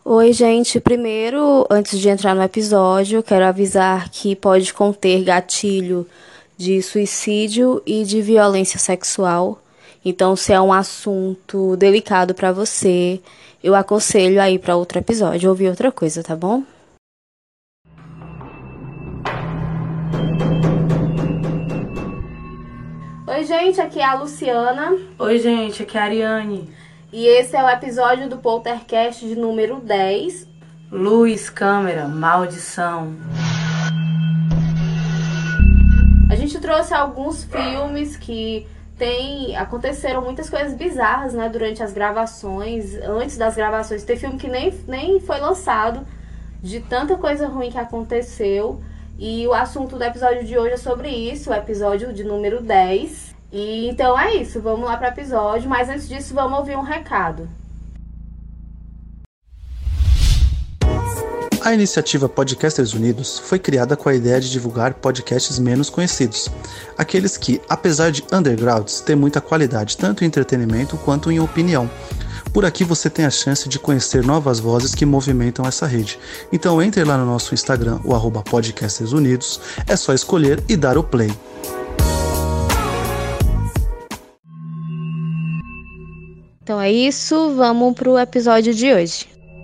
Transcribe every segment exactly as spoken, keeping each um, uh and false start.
Oi, gente. Primeiro, antes de entrar no episódio, quero avisar que pode conter gatilho de suicídio e de violência sexual. Então, se é um assunto delicado pra você, eu aconselho a ir pra outro episódio, ouvir outra coisa, tá bom? Oi, gente. Aqui é a Luciana. Oi, gente. Aqui é a Ariane. E esse é o episódio do Poltercast de número dez. Luz, câmera, maldição. A gente trouxe alguns filmes que tem, aconteceram muitas coisas bizarras, né, durante as gravações, antes das gravações. Tem filme que nem, nem foi lançado, de tanta coisa ruim que aconteceu. E o assunto do episódio de hoje é sobre isso, o episódio de número dez. E então é isso, vamos lá para o episódio, mas antes disso vamos ouvir um recado. A iniciativa Podcasters Unidos foi criada com a ideia de divulgar podcasts menos conhecidos, aqueles que, apesar de undergrounds, têm muita qualidade tanto em entretenimento quanto em opinião. Por aqui você tem a chance de conhecer novas vozes que movimentam essa rede. Então entre lá no nosso Instagram, o arroba Podcasters Unidos, é só escolher e dar o play. Então é isso, vamos pro episódio de hoje.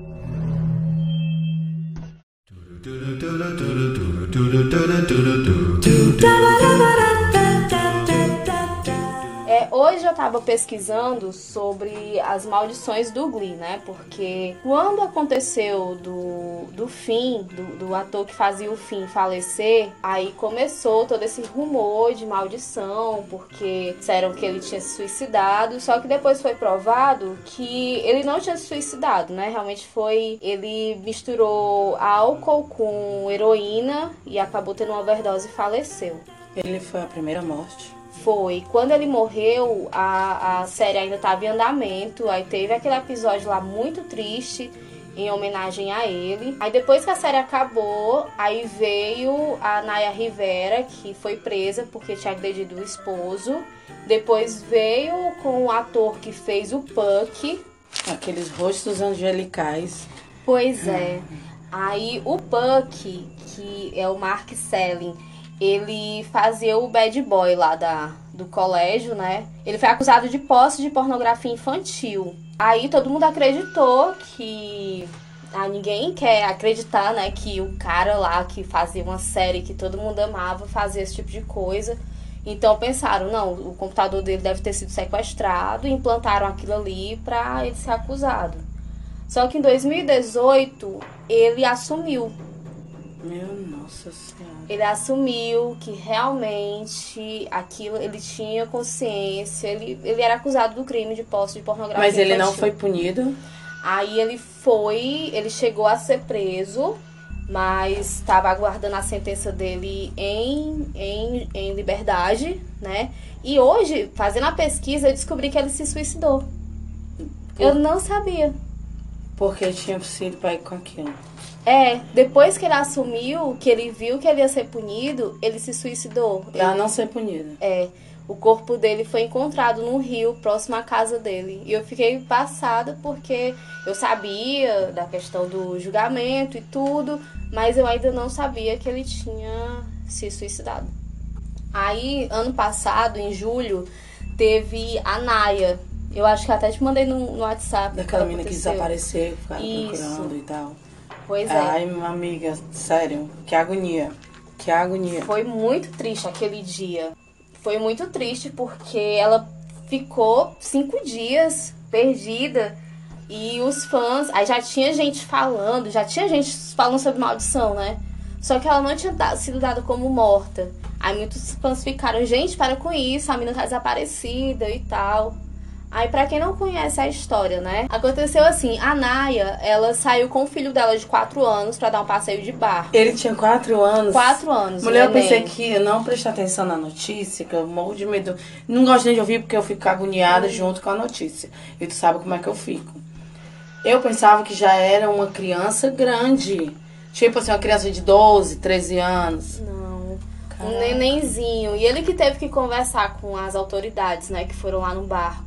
É, hoje eu tava pesquisando sobre as maldições do Glee, né? Porque quando aconteceu do, do Finn, do, do ator que fazia o Finn falecer, aí começou todo esse rumor de maldição, porque disseram que ele tinha se suicidado, só que depois foi provado que ele não tinha se suicidado, né? Realmente foi, ele misturou álcool com heroína e acabou tendo uma overdose e faleceu. Ele foi a primeira morte? Foi. Quando ele morreu, a, a série ainda estava em andamento. Aí teve aquele episódio lá muito triste em homenagem a ele. Aí depois que a série acabou, aí veio a Naya Rivera, que foi presa porque tinha agredido o esposo. Depois veio com o ator que fez o Puck. Aqueles rostos angelicais. Pois é. Aí o Puck, que é o Mark Selling, ele fazia o bad boy lá da, do colégio, né? Ele foi acusado de posse de pornografia infantil. Aí todo mundo acreditou que... Ah, ninguém quer acreditar, né? Que o cara lá que fazia uma série que todo mundo amava fazia esse tipo de coisa. Então pensaram, não, o computador dele deve ter sido sequestrado. E implantaram aquilo ali pra ele ser acusado. Só que em dois mil e dezoito ele assumiu. Meu Nossa Senhora. Ele assumiu que realmente aquilo, ele tinha consciência, ele, ele era acusado do crime de posse de pornografia. Mas ele infantil. não foi punido? Aí ele foi, ele chegou a ser preso, mas estava aguardando a sentença dele em, em, em liberdade, né? E hoje, fazendo a pesquisa, eu descobri que ele se suicidou. Por... Eu não sabia. Porque tinha sido para ir com aquilo. É, depois que ele assumiu, que ele viu que ele ia ser punido, ele se suicidou. Pra ele... não ser punido. É, o corpo dele foi encontrado num rio próximo à casa dele. E eu fiquei passada porque eu sabia da questão do julgamento e tudo, mas eu ainda não sabia que ele tinha se suicidado. Aí, ano passado, em julho, teve a Naya. Eu acho que até te mandei no, no WhatsApp. Daquela menina que desapareceu, ficaram procurando e tal. Pois é. Ai, minha amiga, sério, que agonia, que agonia. Foi muito triste aquele dia. Foi muito triste porque ela ficou cinco dias perdida e os fãs... Aí já tinha gente falando, já tinha gente falando sobre maldição, né? Só que ela não tinha sido dada como morta. Aí muitos fãs ficaram, gente, para com isso, a menina tá desaparecida e tal... Aí, pra quem não conhece a história, né? Aconteceu assim, a Naya, ela saiu com o filho dela de quatro anos pra dar um passeio de barco. Ele tinha quatro anos? Quatro anos, Mulher, eu neném. pensei que eu não prestei atenção na notícia, que eu morro de medo. Não gosto nem de ouvir porque eu fico agoniada hum. junto com a notícia. E tu sabe como é que eu fico. Eu pensava que já era uma criança grande. Tipo assim, uma criança de doze, treze anos. Não, Caraca. Um nenenzinho. E ele que teve que conversar com as autoridades, né, que foram lá no barco.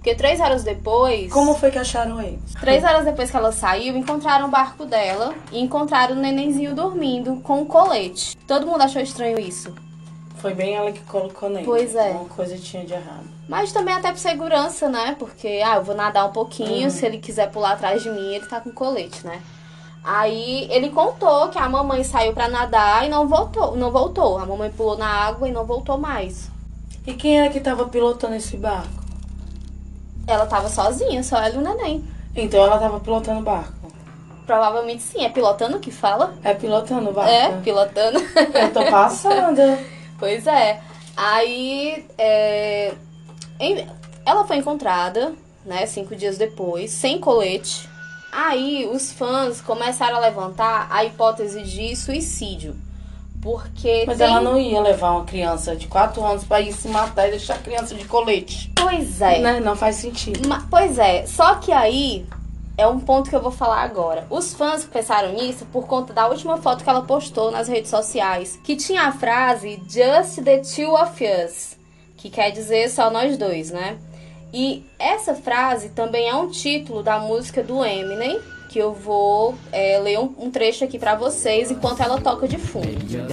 Porque três horas depois... Como foi que acharam eles? Três horas depois que ela saiu, encontraram o barco dela e encontraram o nenenzinho dormindo com um colete. Todo mundo achou estranho isso. Foi bem ela que colocou nele. Pois é. Uma coisa tinha de errado. Mas também até por segurança, né? Porque, ah, eu vou nadar um pouquinho, uhum. se ele quiser pular atrás de mim, ele tá com colete, né? Aí ele contou que a mamãe saiu pra nadar e não voltou. Não voltou. A mamãe pulou na água e não voltou mais. E quem era que tava pilotando esse barco? Ela tava sozinha, só ela e o neném. Então ela tava pilotando o barco? Provavelmente sim. É pilotando que fala? É pilotando o barco? É, pilotando. Eu tô passando. Pois é. Aí, é... ela foi encontrada, né, cinco dias depois, sem colete. Aí, os fãs começaram a levantar a hipótese de suicídio. Porque Mas tem... ela não ia levar uma criança de quatro anos pra ir se matar e deixar a criança de colete. Pois é. Né? Não faz sentido. Ma... Pois é. Só que aí... é um ponto que eu vou falar agora. Os fãs pensaram nisso por conta da última foto que ela postou nas redes sociais, que tinha a frase Just the two of us, que quer dizer só nós dois, né? E essa frase também é um título da música do Eminem, que eu vou é, ler um, um trecho aqui pra vocês enquanto ela toca de fundo.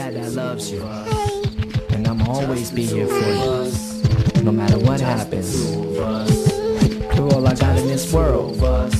No matter what happens, you're all I got in this world.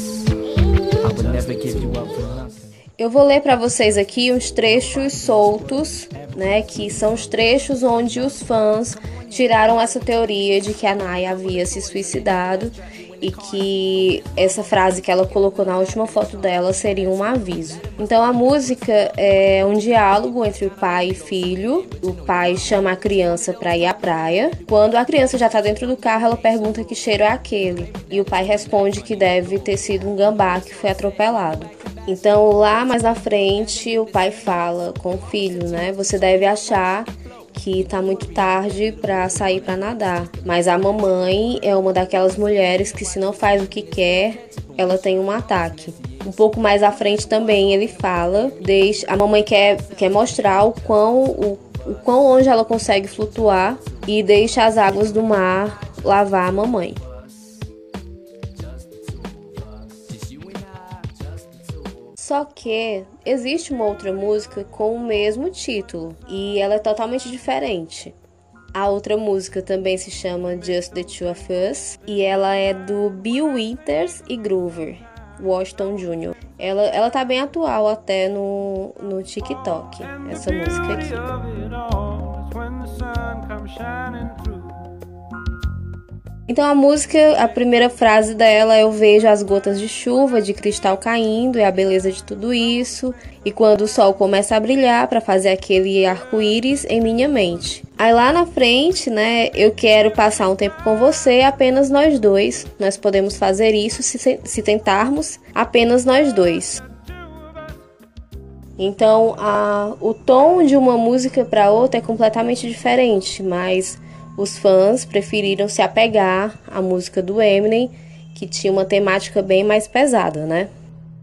Eu vou ler para vocês aqui uns trechos soltos, né, que são os trechos onde os fãs tiraram essa teoria de que a Naya havia se suicidado e que essa frase que ela colocou na última foto dela seria um aviso. Então a música é um diálogo entre o pai e filho. O pai chama a criança para ir à praia. Quando a criança já está dentro do carro, ela pergunta que cheiro é aquele. E o pai responde que deve ter sido um gambá que foi atropelado. Então lá mais na frente o pai fala com o filho, né? Você deve achar que tá muito tarde pra sair pra nadar. Mas a mamãe é uma daquelas mulheres que se não faz o que quer, ela tem um ataque. Um pouco mais à frente também ele fala, deixa, a mamãe quer, quer mostrar o quão, o, o quão longe ela consegue flutuar e deixa as águas do mar lavar a mamãe. Só que existe uma outra música com o mesmo título e ela é totalmente diferente. A outra música também se chama Just the Two of Us e ela é do Bill Withers e Grover Washington Júnior Ela, ela tá bem atual até no, no TikTok, essa música aqui. Então a música, a primeira frase dela é: eu vejo as gotas de chuva de cristal caindo e a beleza de tudo isso, e quando o sol começa a brilhar para fazer aquele arco-íris em minha mente. Aí lá na frente, né, eu quero passar um tempo com você, apenas nós dois. Nós podemos fazer isso se, se tentarmos, apenas nós dois. Então a, o tom de uma música para outra é completamente diferente, mas os fãs preferiram se apegar à música do Eminem, que tinha uma temática bem mais pesada, né?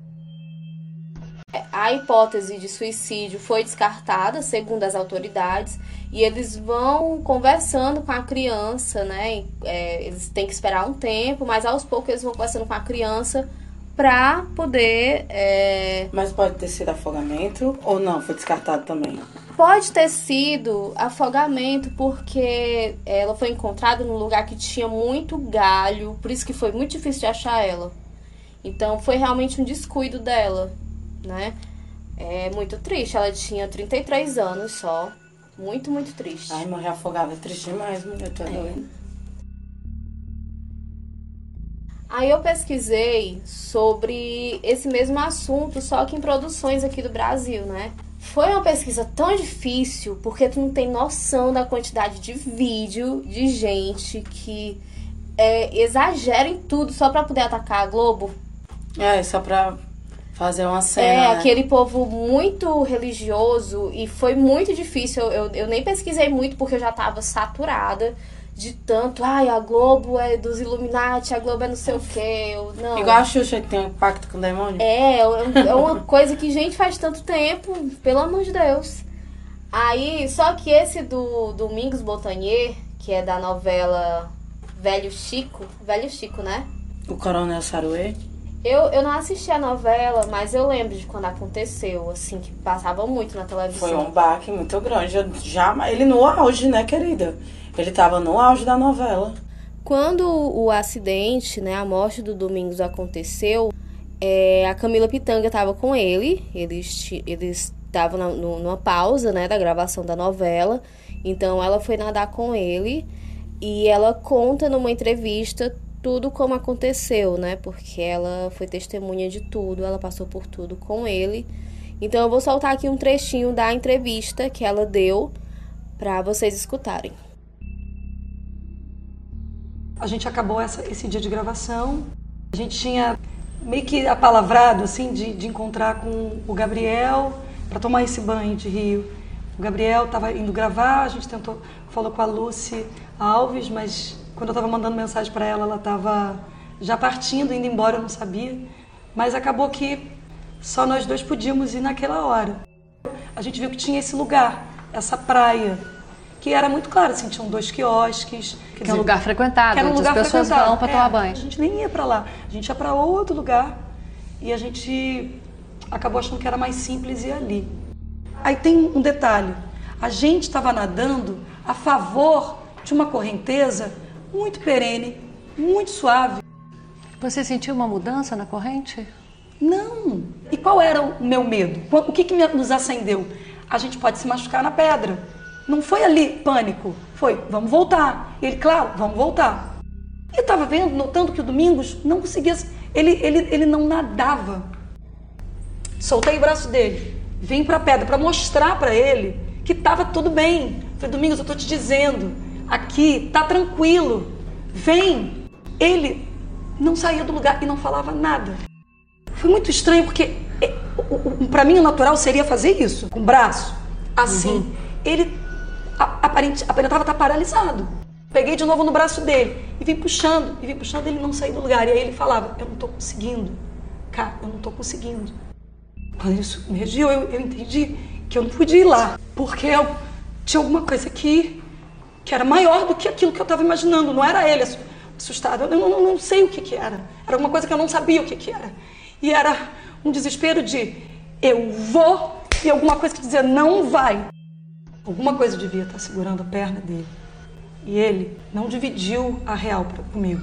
A hipótese de suicídio foi descartada, segundo as autoridades, e eles vão conversando com a criança, né? É, eles têm que esperar um tempo, mas aos poucos eles vão conversando com a criança para poder... É... Mas pode ter sido afogamento ou não? Foi descartado também? Pode ter sido afogamento, porque ela foi encontrada num lugar que tinha muito galho, por isso que foi muito difícil de achar ela. Então foi realmente um descuido dela, né? É muito triste, ela tinha trinta e três anos só, muito, muito triste. Ai, morrer afogada é triste demais, mulher, tô doida. Aí eu pesquisei sobre esse mesmo assunto, só que em produções aqui do Brasil, né? Foi uma pesquisa tão difícil, porque tu não tem noção da quantidade de vídeo de gente que é, exagera em tudo só pra poder atacar a Globo. É, só pra fazer uma cena. É, né? aquele povo muito religioso, e foi muito difícil. Eu, eu, eu nem pesquisei muito porque eu já tava saturada de tanto, ai, a Globo é dos Illuminati, a Globo é não sei o quê. Eu, não. Igual a Xuxa que tem um pacto com o demônio. É, é uma coisa que, gente, faz tanto tempo, pelo amor de Deus. Aí, só que esse do Domingos Montagnier, que é da novela Velho Chico, Velho Chico, né? O Coronel Saruê? Eu, eu não assisti a novela, mas eu lembro de quando aconteceu, assim, que passava muito na televisão. Foi um baque muito grande. Já, ele no auge, né, querida? Ele tava no auge da novela. Quando o acidente, né, a morte do Domingos aconteceu, é, a Camila Pitanga estava com ele, eles eles estavam numa pausa, né, da gravação da novela, então ela foi nadar com ele e ela conta numa entrevista tudo como aconteceu, né, porque ela foi testemunha de tudo, ela passou por tudo com ele. Então eu vou soltar aqui um trechinho da entrevista que ela deu para vocês escutarem. A gente acabou essa, esse dia de gravação, a gente tinha meio que apalavrado, assim, de, de encontrar com o Gabriel para tomar esse banho de rio. O Gabriel estava indo gravar, a gente tentou, falou com a Lucy Alves, mas quando eu estava mandando mensagem para ela, ela estava já partindo, indo embora, eu não sabia. Mas acabou que só nós dois podíamos ir naquela hora. A gente viu que tinha esse lugar, essa praia, que era muito claro, assim, tinham dois quiosques. Que dizer, é um lugar frequentado, que era um onde lugar as pessoas frequentado. vão para é, tomar banho. A gente nem ia para lá, a gente ia para outro lugar e a gente acabou achando que era mais simples ir ali. Aí tem um detalhe, a gente estava nadando a favor de uma correnteza muito perene, muito suave. Você sentiu uma mudança na corrente? Não. E qual era o meu medo? O que, que nos acendeu? A gente pode se machucar na pedra. Não foi ali pânico, foi vamos voltar. E ele, claro, vamos voltar. E eu estava vendo, notando que o Domingos não conseguia, ele, ele, ele não nadava. Soltei o braço dele, vim para a pedra para mostrar para ele que estava tudo bem. Falei, Domingos, eu estou te dizendo, aqui tá tranquilo, vem. Ele não saía do lugar e não falava nada. Foi muito estranho porque para mim o natural seria fazer isso, com o braço, assim. Uhum. Ele Aparent, aparentava estar paralisado. Peguei de novo no braço dele e vim puxando, e vim puxando, ele não saía do lugar. E aí ele falava, eu não estou conseguindo, cara, eu não estou conseguindo. Quando isso me regiu, eu, eu entendi que eu não podia ir lá, porque eu tinha alguma coisa aqui que era maior do que aquilo que eu estava imaginando. Não era ele assustado, eu não, não, não sei o que, que era. Era alguma coisa que eu não sabia o que, que era. E era um desespero de eu vou, e alguma coisa que dizia não vai. Alguma coisa devia estar segurando a perna dele. E ele não dividiu a real pra, comigo.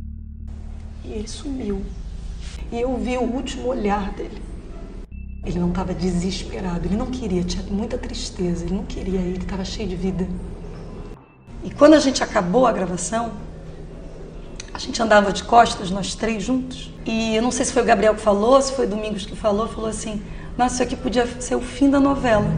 E ele sumiu. E eu vi o último olhar dele. Ele não estava desesperado, ele não queria, tinha muita tristeza, ele não queria ir, ele estava cheio de vida. E quando a gente acabou a gravação, a gente andava de costas, nós três juntos. E eu não sei se foi o Gabriel que falou, se foi o Domingos que falou, falou assim, nossa, isso aqui podia ser o fim da novela.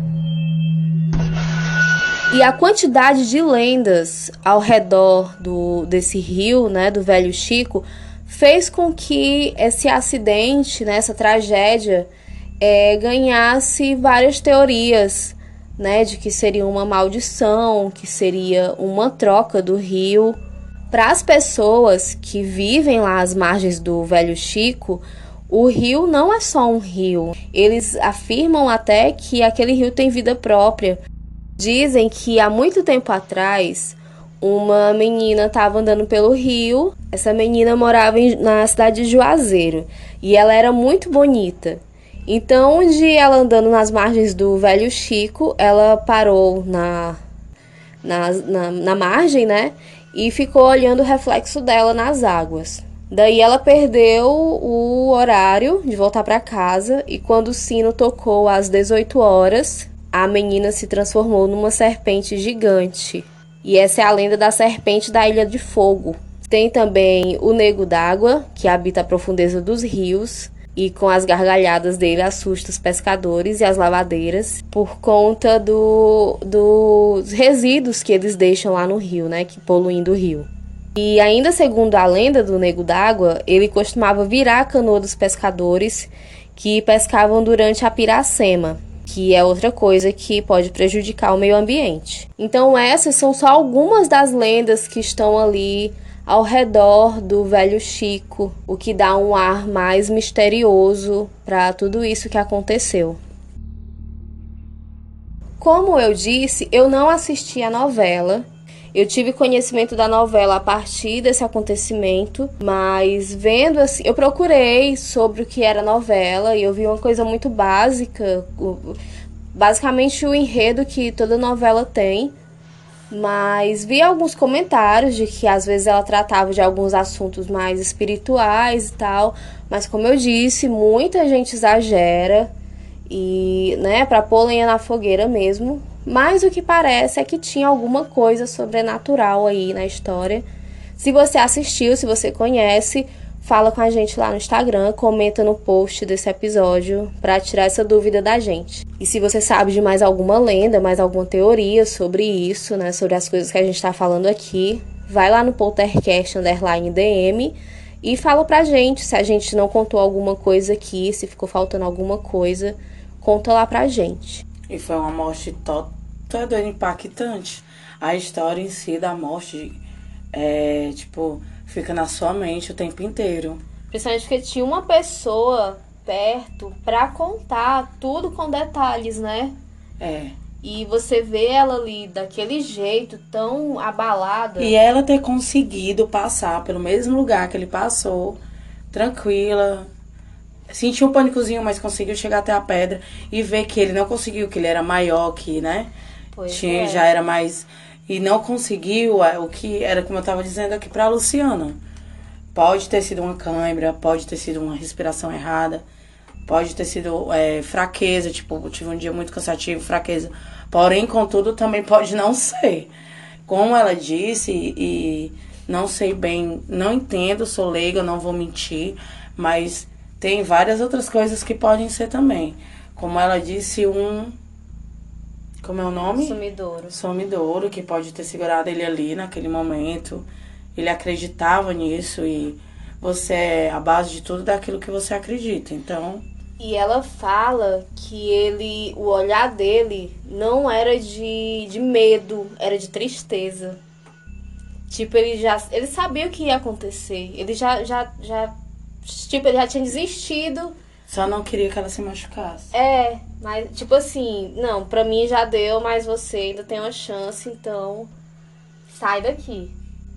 E a quantidade de lendas ao redor do, desse rio, né, do Velho Chico, fez com que esse acidente, né, essa tragédia, é, ganhasse várias teorias, né, de que seria uma maldição, que seria uma troca do rio. Para as pessoas que vivem lá às margens do Velho Chico, o rio não é só um rio. Eles afirmam até que aquele rio tem vida própria. Dizem que há muito tempo atrás, uma menina estava andando pelo rio. Essa menina morava em, na cidade de Juazeiro e ela era muito bonita. Então, um dia ela andando nas margens do Velho Chico, ela parou na, na, na, na margem, né? E ficou olhando o reflexo dela nas águas. Daí ela perdeu o horário de voltar para casa e quando o sino tocou às dezoito horas... a menina se transformou numa serpente gigante. E essa é a lenda da serpente da Ilha de Fogo. Tem também o Nego d'Água, que habita a profundeza dos rios, e com as gargalhadas dele assusta os pescadores e as lavadeiras, por conta do, dos resíduos que eles deixam lá no rio, né, que poluem o rio. E ainda segundo a lenda do Nego d'Água, ele costumava virar a canoa dos pescadores que pescavam durante a Piracema, que é outra coisa que pode prejudicar o meio ambiente. Então essas são só algumas das lendas que estão ali ao redor do Velho Chico, o que dá um ar mais misterioso para tudo isso que aconteceu. Como eu disse, eu não assisti a novela, Eu tive conhecimento da novela a partir desse acontecimento, mas vendo assim, eu procurei sobre o que era novela e eu vi uma coisa muito básica, basicamente o enredo que toda novela tem, mas vi alguns comentários de que às vezes ela tratava de alguns assuntos mais espirituais e tal, mas como eu disse, muita gente exagera e, né, pra pôr lenha na fogueira mesmo. Mas o que parece é que tinha alguma coisa sobrenatural aí na história. Se você assistiu, se você conhece, fala com a gente lá no Instagram, comenta no post desse episódio pra tirar essa dúvida da gente. E se você sabe de mais alguma lenda, mais alguma teoria sobre isso, né, sobre as coisas que a gente tá falando aqui, vai lá no Poltercast underline D M e fala pra gente se a gente não contou alguma coisa aqui, se ficou faltando alguma coisa, conta lá pra gente. E foi uma morte toda impactante. A história em si da morte, é, tipo, fica na sua mente o tempo inteiro. Principalmente porque tinha uma pessoa perto pra contar tudo com detalhes, né? É. E você vê ela ali daquele jeito, tão abalada. E ela ter conseguido passar pelo mesmo lugar que ele passou, tranquila. Sentiu um pânicozinho, mas conseguiu chegar até a pedra e ver que ele não conseguiu, que ele era maior que, né? Pois Tinha, é. Já era mais... E não conseguiu o que era, como eu tava dizendo aqui pra Luciana. Pode ter sido uma cãibra, pode ter sido uma respiração errada, pode ter sido é, fraqueza, tipo, eu tive um dia muito cansativo, fraqueza. Porém, contudo, também pode não ser. Como ela disse, e não sei bem, não entendo, sou leiga, não vou mentir, mas... Tem várias outras coisas que podem ser também. Como ela disse, um... Como é o nome? Sumidouro. Sumidouro, que pode ter segurado ele ali naquele momento. Ele acreditava nisso e você é a base de tudo daquilo que você acredita. Então... E ela fala que ele, o olhar dele não era de, de medo, era de tristeza. Tipo, ele já... Ele sabia o que ia acontecer. Ele já... já, já Tipo, ele já tinha desistido. Só não queria que ela se machucasse. É, mas tipo assim, não, pra mim já deu, mas você ainda tem uma chance, então sai daqui.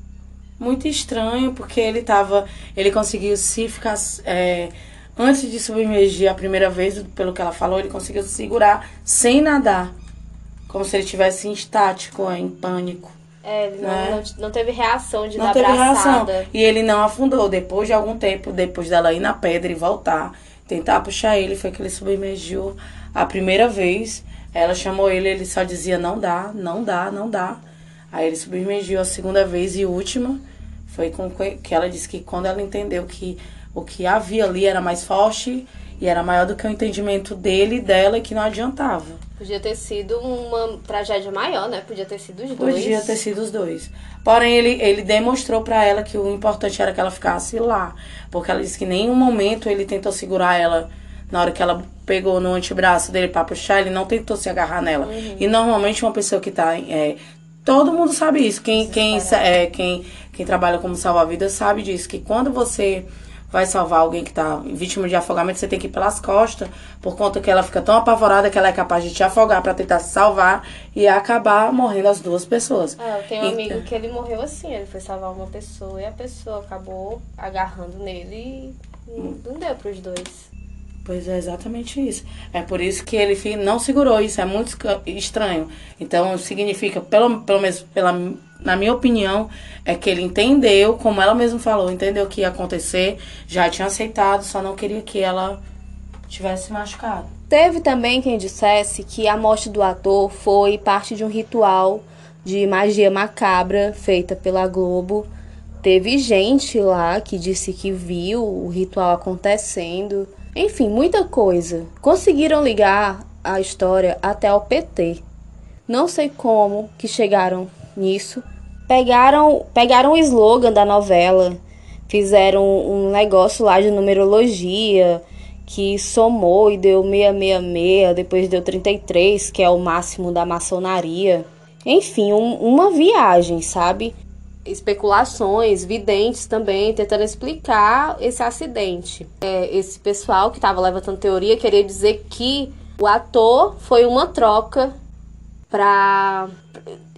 Muito estranho, porque ele tava... Ele conseguiu se ficar... É, antes de submergir a primeira vez, pelo que ela falou, ele conseguiu se segurar sem nadar. Como se ele estivesse em estático, em pânico. É, ele não, né? não, não teve reação de não dar teve abraçada. reação. E ele não afundou. Depois de algum tempo, depois dela ir na pedra e voltar, tentar puxar ele, foi que ele submergiu a primeira vez. Ela chamou ele, ele só dizia não dá, não dá, não dá. Aí ele submergiu a segunda vez e última. Foi com que ela disse que quando ela entendeu que o que havia ali era mais forte e era maior do que o entendimento dele e dela, e que não adiantava. Podia ter sido uma tragédia maior, né? Podia ter sido os dois. Podia ter sido os dois. Porém, ele, ele demonstrou pra ela que o importante era que ela ficasse lá. Porque ela disse que em nenhum momento ele tentou segurar ela. Na hora que ela pegou no antebraço dele pra puxar, ele não tentou se agarrar nela. Uhum. E normalmente uma pessoa que tá... É, todo mundo sabe isso. Quem, quem, é, quem, quem trabalha como salva-vidas sabe disso. Que quando você... vai salvar alguém que tá vítima de afogamento, você tem que ir pelas costas, por conta que ela fica tão apavorada que ela é capaz de te afogar pra tentar se salvar e acabar morrendo as duas pessoas. Ah, eu tenho um então, amigo que ele morreu assim, ele foi salvar uma pessoa e a pessoa acabou agarrando nele e não deu pros dois. Pois é, exatamente isso. É por isso que ele não segurou, isso é muito estranho. Então, significa, pelo, pelo menos pela, na minha opinião, é que ele entendeu, como ela mesma falou, entendeu o que ia acontecer, já tinha aceitado, só não queria que ela tivesse machucado. Teve também quem dissesse que a morte do ator foi parte de um ritual de magia macabra feita pela Globo. Teve gente lá que disse que viu o ritual acontecendo. Enfim, muita coisa. Conseguiram ligar a história até ao P T. Não sei como que chegaram nisso. Pegaram, pegaram o slogan da novela, fizeram um negócio lá de numerologia, que somou e deu seiscentos e sessenta e seis, depois deu trinta e três, que é o máximo da maçonaria. Enfim, um, uma viagem, sabe? Especulações, videntes também, tentando explicar esse acidente. É, esse pessoal que estava levantando teoria queria dizer que o ator foi uma troca para...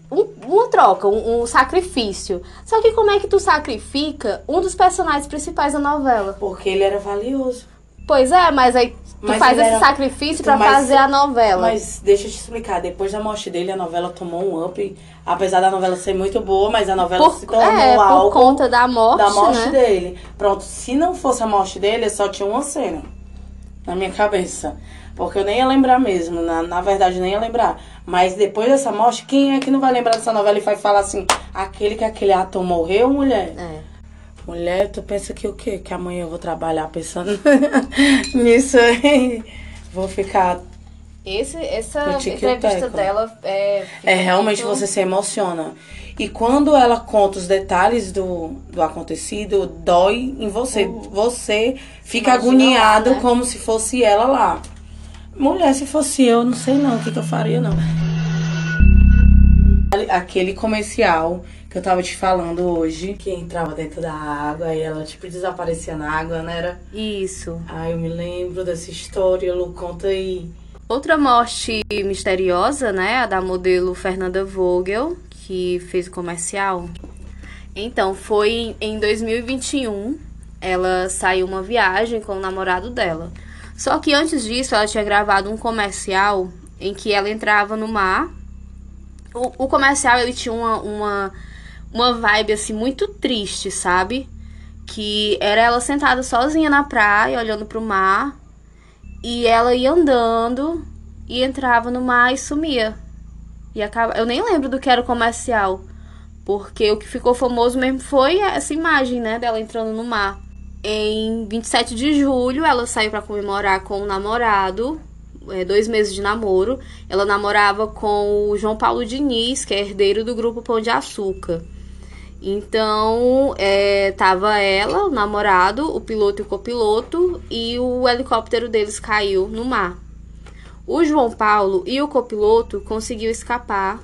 um, uma troca, um, um sacrifício. Só que como é que tu sacrifica um dos personagens principais da novela? Porque ele era valioso. Pois é, mas aí tu Mas faz ele esse era- sacrifício pra Mas- fazer a novela. Mas deixa eu te explicar, depois da morte dele, a novela tomou um up. Apesar da novela ser muito boa, mas a novela por, se tornou é, algo por conta da morte, da morte né? dele. Pronto, se não fosse a morte dele, só tinha uma cena na minha cabeça. Porque eu nem ia lembrar mesmo, na, na verdade nem ia lembrar. Mas depois dessa morte, quem é que não vai lembrar dessa novela e vai falar assim, aquele que aquele ator morreu, mulher? É. Mulher, tu pensa que o quê? Que amanhã eu vou trabalhar pensando nisso aí. Vou ficar... Esse, essa No tic-tac. entrevista dela é... É, realmente muito- você se emociona. E quando ela conta os detalhes do, do acontecido, dói em você. Você fica Imagina agoniado lá, né? como se fosse ela lá. Mulher, se fosse eu, não sei não o que, que eu faria, não. Aquele comercial que eu tava te falando hoje, que entrava dentro da água e ela, tipo, desaparecia na água, né? Era... Isso. Ai, eu me lembro dessa história, Lu, conta aí. Outra morte misteriosa, né? A da modelo Fernanda Vogel, que fez o comercial. Então, foi em dois mil e vinte e um, ela saiu uma viagem com o namorado dela. Só que antes disso, ela tinha gravado um comercial em que ela entrava no mar. O, o comercial, ele tinha uma, uma, uma vibe, assim, muito triste, sabe? Que era ela sentada sozinha na praia, olhando pro mar. E ela ia andando e entrava no mar e sumia. E acaba... Eu nem lembro do que era o comercial. Porque o que ficou famoso mesmo foi essa imagem, né? Dela entrando no mar. Em vinte e sete de julho, ela saiu pra comemorar com o namorado. É, dois meses de namoro. Ela namorava com o João Paulo Diniz, que é herdeiro do grupo Pão de Açúcar. Então, é, tava ela, o namorado, o piloto e o copiloto, e o helicóptero deles caiu no mar. O João Paulo e o copiloto conseguiu escapar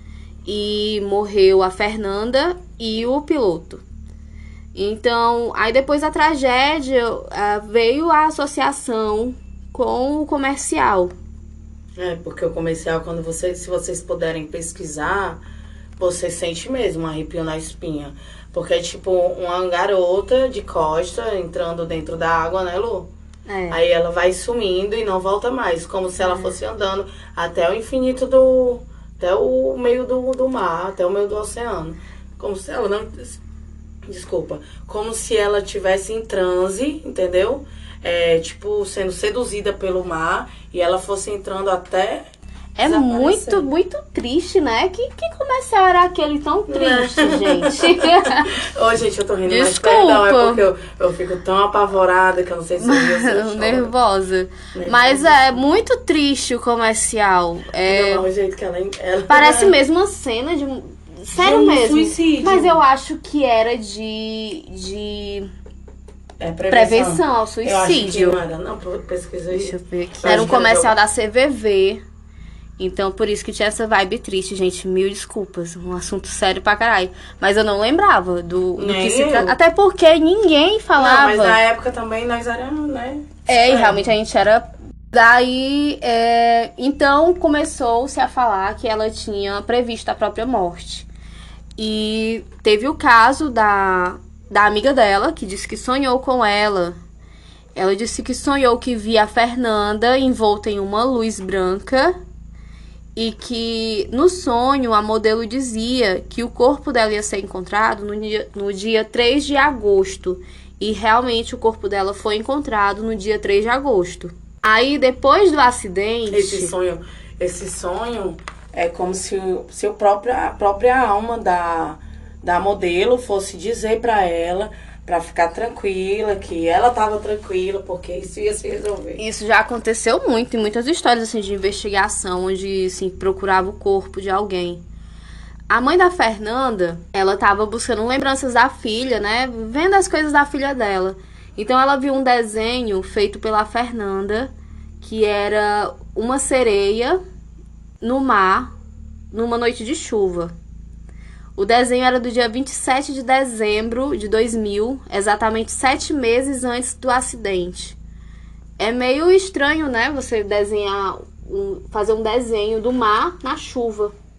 e morreu a Fernanda e o piloto. Então, aí depois da tragédia, veio a associação com o comercial. É, porque o comercial, quando vocês, se vocês puderem pesquisar, você sente mesmo um arrepio na espinha. Porque é tipo uma garota de costa entrando dentro da água, né, Lu? É. Aí ela vai sumindo e não volta mais. Como se ela fosse andando até o infinito do... Até o meio do, do mar, até o meio do oceano. Como se ela não... Desculpa. Como se ela tivesse em transe, entendeu? É, tipo, sendo seduzida pelo mar. E ela fosse entrando até... É muito, muito triste, né? Que, que comercial era aquele tão triste, gente? Ô, gente, eu tô rindo, mas Desculpa. perdão, é porque eu, eu fico tão apavorada que eu não sei se eu vi você chora. Nervosa. Nervosa. Mas é muito triste o comercial. É, Não, o jeito que ela... ela parece mesmo uma cena de... Sério De um mesmo. suicídio. Mas eu acho que era de... de É prevenção ao Eu acho que suicídio. não era, não, pesquisa aí. Deixa eu ver aqui. Eu Era acho um que era comercial de- da C V V. Então, por isso que tinha essa vibe triste, gente. Mil desculpas. Um assunto sério pra caralho. Mas eu não lembrava do, do Nem que se eu. trata. Até porque ninguém falava. Não, mas na época também nós éramos, né? É, e realmente a gente era... Daí, é... então, começou-se a falar que ela tinha previsto a própria morte. E teve o caso da, da amiga dela, que disse que sonhou com ela. Ela disse que sonhou que via a Fernanda envolta em uma luz branca e que no sonho a modelo dizia que o corpo dela ia ser encontrado no dia, no dia três de agosto. E realmente o corpo dela foi encontrado no dia três de agosto. Aí, depois do acidente... Esse sonho, esse sonho é como se, se o próprio, a própria alma da, da modelo fosse dizer pra ela, pra ficar tranquila, que ela tava tranquila, porque isso ia se resolver. Isso já aconteceu muito, em muitas histórias assim, de investigação, onde assim, procurava o corpo de alguém. A mãe da Fernanda, ela tava buscando lembranças da filha, né? Vendo as coisas da filha dela. Então ela viu um desenho feito pela Fernanda, que era uma sereia no mar, numa noite de chuva. O desenho era do dia vinte e sete de dezembro de dois mil, exatamente sete meses antes do acidente. É meio estranho, né? Você desenhar, um, fazer um desenho do mar na chuva.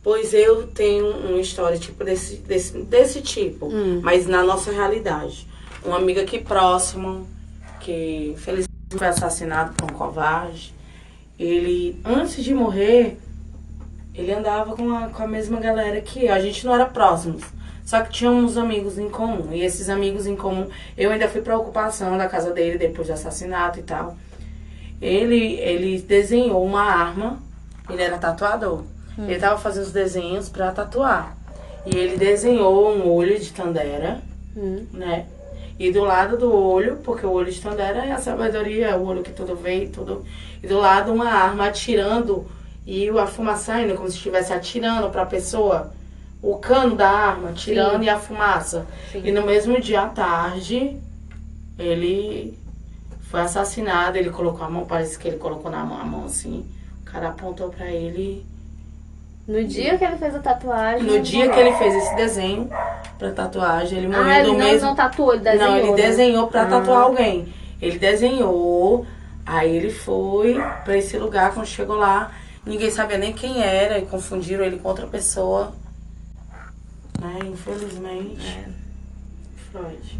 Pois eu tenho uma história tipo desse, desse, desse tipo, hum. mas na nossa realidade. Uma amiga aqui próxima, que infelizmente foi assassinado por um covarde. Ele, antes de morrer, ele andava com a, com a mesma galera que eu. A gente não era próximos, só que tinha uns amigos em comum. E esses amigos em comum, eu ainda fui pra ocupação da casa dele depois do assassinato e tal. Ele, ele desenhou uma arma, ele era tatuador. Hum. Ele tava fazendo os desenhos pra tatuar. E ele desenhou um olho de Tandera, hum. né? E do lado do olho, porque o olho de Tandera é a sabedoria, é o olho que tudo vê e tudo. E do lado uma arma atirando e a fumaça saindo, como se estivesse atirando pra pessoa. O cano da arma atirando Sim. e a fumaça. Sim. E no mesmo dia à tarde, ele foi assassinado. Ele colocou a mão, parece que ele colocou na mão, a mão assim. O cara apontou pra ele. No dia que ele fez a tatuagem... No dia morreu. Que ele fez esse desenho pra tatuagem, ele morreu ah, ele do não, mesmo... não tatuou, ele desenhou, Não, ele né? desenhou pra ah. tatuar alguém. Ele desenhou, aí ele foi pra esse lugar, quando chegou lá, ninguém sabia nem quem era, e confundiram ele com outra pessoa. Né, infelizmente. É. Freud.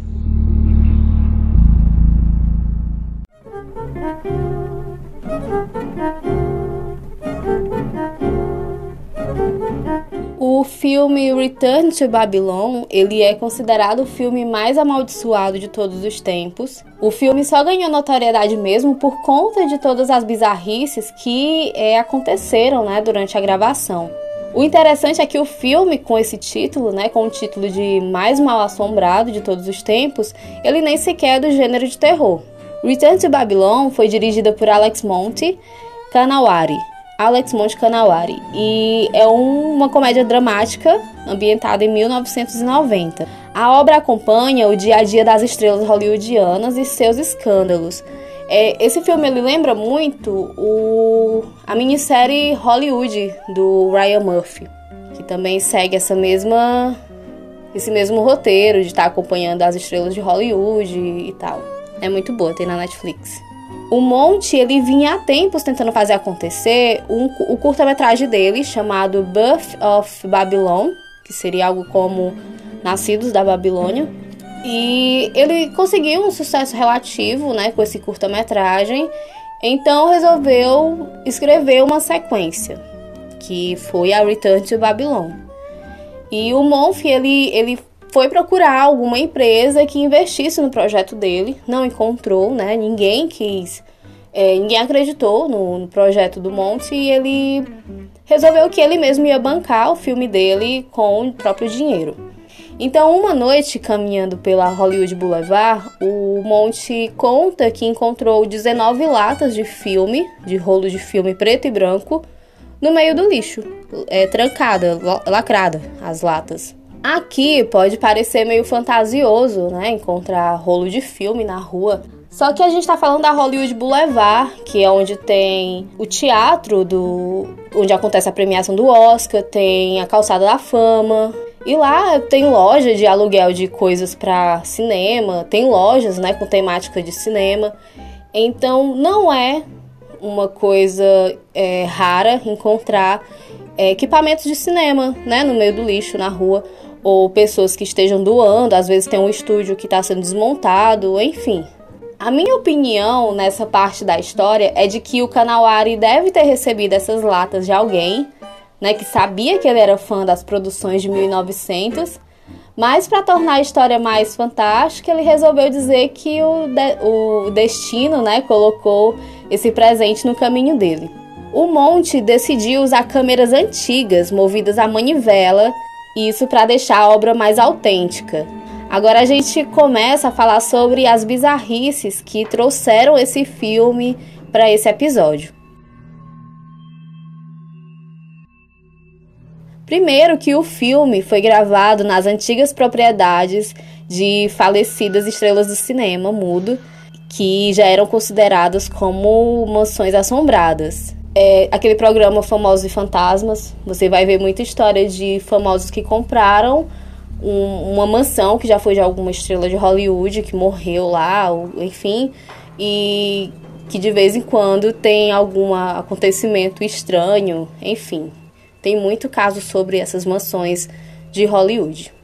O filme Return to Babylon, ele é considerado o filme mais amaldiçoado de todos os tempos. O filme só ganhou notoriedade mesmo por conta de todas as bizarrices que é, aconteceram, né, durante a gravação. O interessante é que o filme, com esse título, né, com o título de mais mal assombrado de todos os tempos, ele nem sequer é do gênero de terror. Return to Babylon foi dirigida por Alex Monte Kanawari. Alex Monte Kanawari. E é um, uma comédia dramática ambientada em mil novecentos e noventa. A obra acompanha o dia a dia das estrelas hollywoodianas e seus escândalos. É, esse filme ele lembra muito o, a minissérie Hollywood do Ryan Murphy, que também segue essa mesma, esse mesmo roteiro de estar acompanhando as estrelas de Hollywood e tal. É muito boa, tem na Netflix. O Monte, ele vinha há tempos tentando fazer acontecer um, o curta-metragem dele, chamado Birth of Babylon, que seria algo como Nascidos da Babilônia. E ele conseguiu um sucesso relativo, né, com esse curta-metragem, então resolveu escrever uma sequência, que foi a Return to Babylon. E o Monfils, ele, ele foi procurar alguma empresa que investisse no projeto dele, não encontrou, né, ninguém quis, é, ninguém acreditou no, no projeto do Monte, e ele resolveu que ele mesmo ia bancar o filme dele com o próprio dinheiro. Então, uma noite, caminhando pela Hollywood Boulevard, o Monte conta que encontrou dezenove latas de filme, de rolo de filme preto e branco, no meio do lixo, é, trancada, lacrada, as latas. Aqui pode parecer meio fantasioso, né, encontrar rolo de filme na rua. Só que a gente tá falando da Hollywood Boulevard, que é onde tem o teatro, do, onde acontece a premiação do Oscar, tem a Calçada da Fama. E lá tem loja de aluguel de coisas para cinema, tem lojas, né, com temática de cinema. Então não é uma coisa é, rara encontrar é, equipamentos de cinema, né, no meio do lixo, na rua, ou pessoas que estejam doando, às vezes tem um estúdio que está sendo desmontado, enfim. A minha opinião nessa parte da história é de que o Kanawari deve ter recebido essas latas de alguém, né, que sabia que ele era fã das produções de mil e novecentos, mas para tornar a história mais fantástica, ele resolveu dizer que o, de, o destino, né, colocou esse presente no caminho dele. O Monte decidiu usar câmeras antigas, movidas a manivela, isso para deixar a obra mais autêntica. Agora a gente começa a falar sobre as bizarrices que trouxeram esse filme para esse episódio. Primeiro que o filme foi gravado nas antigas propriedades de falecidas estrelas do cinema mudo, que já eram consideradas como mansões assombradas. É, aquele programa Famosos e Fantasmas, você vai ver muita história de famosos que compraram um, uma mansão que já foi de alguma estrela de Hollywood, que morreu lá, ou, enfim, e que de vez em quando tem algum acontecimento estranho, enfim. Tem muito caso sobre essas mansões de Hollywood.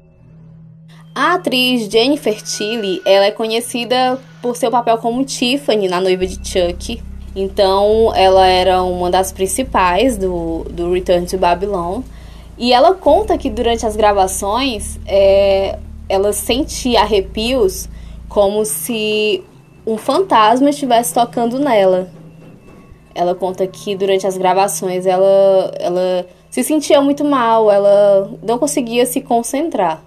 A atriz Jennifer Tilly, ela é conhecida por seu papel como Tiffany na Noiva de Chuck. Então, ela era uma das principais do, do Return to Babylon. E ela conta que durante as gravações, é, ela sentia arrepios como se um fantasma estivesse tocando nela. Ela conta que durante as gravações ela, ela se sentia muito mal, ela não conseguia se concentrar.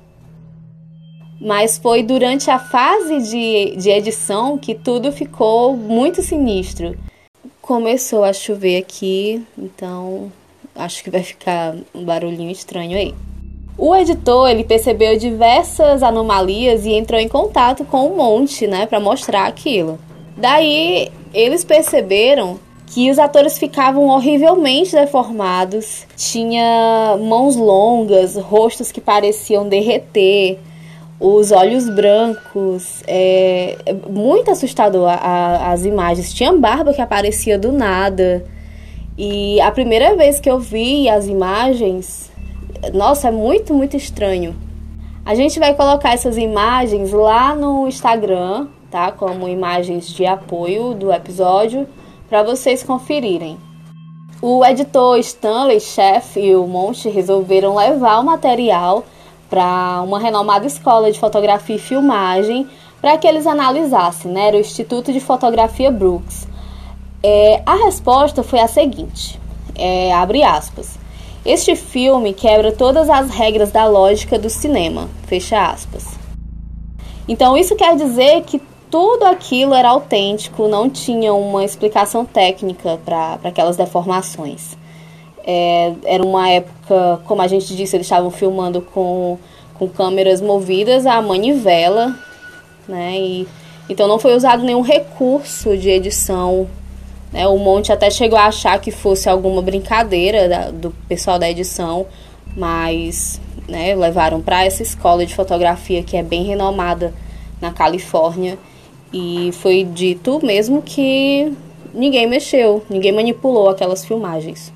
Mas foi durante a fase de, de edição que tudo ficou muito sinistro. Começou a chover aqui, então acho que vai ficar um barulhinho estranho aí. O editor, ele percebeu diversas anomalias e entrou em contato com o Monte, né, para mostrar aquilo. Daí, eles perceberam que os atores ficavam horrivelmente deformados, tinha mãos longas, rostos que pareciam derreter, os olhos brancos, é muito assustador a, a, as imagens. Tinha barba que aparecia do nada. E a primeira vez que eu vi as imagens, nossa, é muito, muito estranho. A gente vai colocar essas imagens lá no Instagram, tá? Como imagens de apoio do episódio, para vocês conferirem. O editor Stanley Sheff e o Monte resolveram levar o material para uma renomada escola de fotografia e filmagem para que eles analisassem, né? Era o Instituto de Fotografia Brooks. É, a resposta foi a seguinte, é, abre aspas, este filme quebra todas as regras da lógica do cinema, fecha aspas. Então isso quer dizer que tudo aquilo era autêntico, não tinha uma explicação técnica para aquelas deformações. É, era uma época, como a gente disse, eles estavam filmando com, com câmeras movidas a manivela, né? E, então não foi usado nenhum recurso de edição, né? O Monte até chegou a achar que fosse alguma brincadeira da, do pessoal da edição, mas, né, levaram para essa escola de fotografia que é bem renomada na Califórnia e foi dito mesmo que ninguém mexeu, ninguém manipulou aquelas filmagens.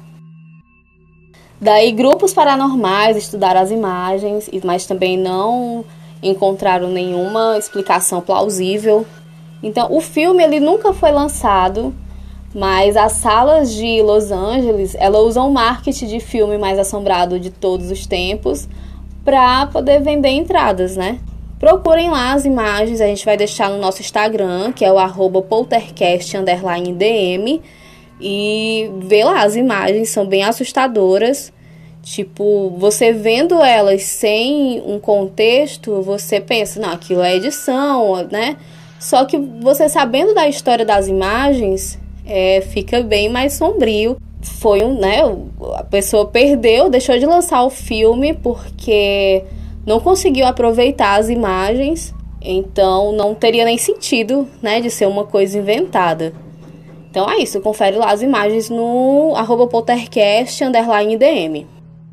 Daí, grupos paranormais estudaram as imagens, mas também não encontraram nenhuma explicação plausível. Então, o filme ele nunca foi lançado, mas as salas de Los Angeles, elas usam o marketing de filme mais assombrado de todos os tempos para poder vender entradas, né? Procurem lá as imagens, a gente vai deixar no nosso Instagram, que é o arroba poltercast underline dm, e vê lá as imagens, são bem assustadoras. Tipo, você vendo elas sem um contexto, você pensa, não, aquilo é edição, né? Só que você sabendo da história das imagens, é, fica bem mais sombrio. Foi um, né? A pessoa perdeu, deixou de lançar o filme porque não conseguiu aproveitar as imagens, então não teria nem sentido, né, de ser uma coisa inventada. Então é isso, confere lá as imagens no arroba poltercast underline dm.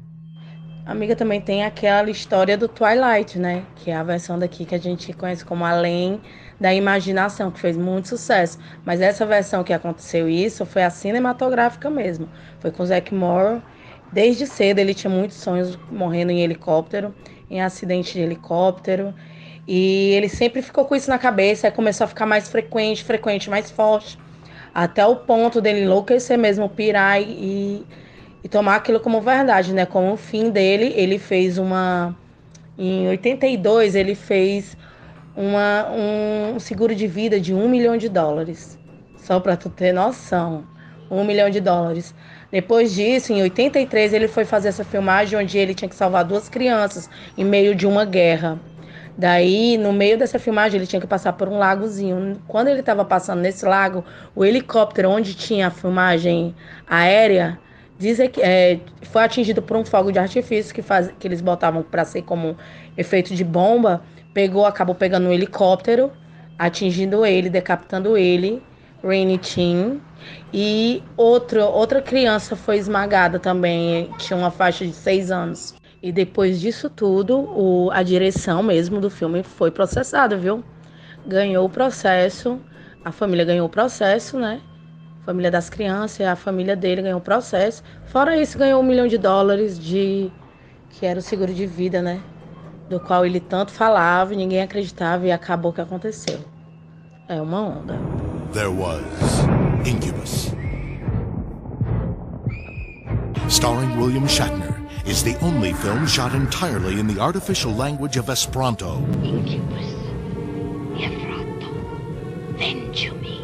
Amiga, também tem aquela história do Twilight, né? Que é a versão daqui que a gente conhece como Além da Imaginação, que fez muito sucesso. Mas essa versão que aconteceu isso foi a cinematográfica mesmo. Foi com o Zack Morrow. Desde cedo ele tinha muitos sonhos morrendo em helicóptero, em acidente de helicóptero. E ele sempre ficou com isso na cabeça, aí começou a ficar mais frequente, frequente, mais forte. Até o ponto dele enlouquecer mesmo, pirar e, e tomar aquilo como verdade, né? Como o fim dele, ele fez uma... Em oitenta e dois, ele fez uma, um seguro de vida de um milhão de dólares. Só para tu ter noção. Um milhão de dólares. Depois disso, em oitenta e três, ele foi fazer essa filmagem onde ele tinha que salvar duas crianças em meio de uma guerra. Daí, no meio dessa filmagem, ele tinha que passar por um lagozinho. Quando ele estava passando nesse lago, o helicóptero onde tinha a filmagem aérea diz que, é, foi atingido por um fogo de artifício que, faz, que eles botavam para ser como efeito de bomba. Pegou, acabou pegando um helicóptero, atingindo ele, decapitando ele, Rainy Chin. E outro, outra criança foi esmagada também, tinha uma faixa de seis anos. E depois disso tudo, o, a direção mesmo do filme foi processada, viu? Ganhou o processo, a família ganhou o processo, né? família das crianças, e a família dele ganhou um processo. Fora isso, ganhou um milhão de dólares de que era o seguro de vida, né? Do qual ele tanto falava e ninguém acreditava e acabou que aconteceu. É uma onda. There was Incubus. Starring William Shatner, is the only film shot entirely in the artificial language of Esperanto. Incubus, Efrato, then to me.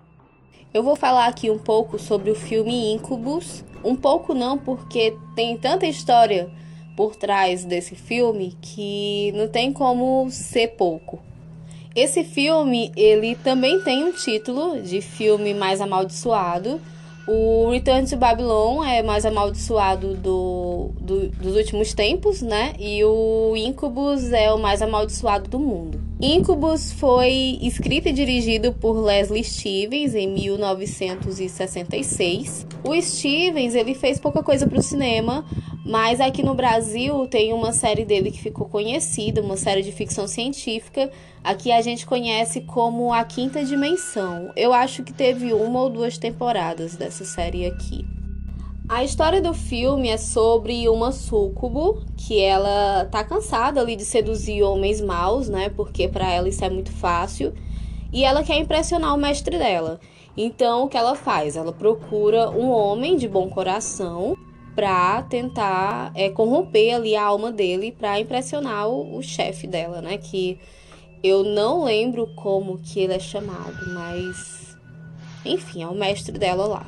Eu vou falar aqui um pouco sobre o filme Incubus. Um pouco não, porque tem tanta história por trás desse filme que não tem como ser pouco. Esse filme, ele também tem um título de filme mais amaldiçoado. O Return to Babylon é mais amaldiçoado do, do, dos últimos tempos, né? E o Incubus é o mais amaldiçoado do mundo. Incubus foi escrito e dirigido por Leslie Stevens em mil novecentos e sessenta e seis. O Stevens, ele fez pouca coisa para o cinema, mas aqui no Brasil tem uma série dele que ficou conhecida, uma série de ficção científica. Aqui a gente conhece como A Quinta Dimensão. Eu acho que teve uma ou duas temporadas dessa série aqui. A história do filme é sobre uma súcubo que ela tá cansada ali de seduzir homens maus, né? Porque para ela isso é muito fácil. E ela quer impressionar o mestre dela. Então o que ela faz? Ela procura um homem de bom coração para tentar é, corromper ali a alma dele para impressionar o, o chefe dela, né? Que eu não lembro como que ele é chamado, mas enfim, é o mestre dela lá.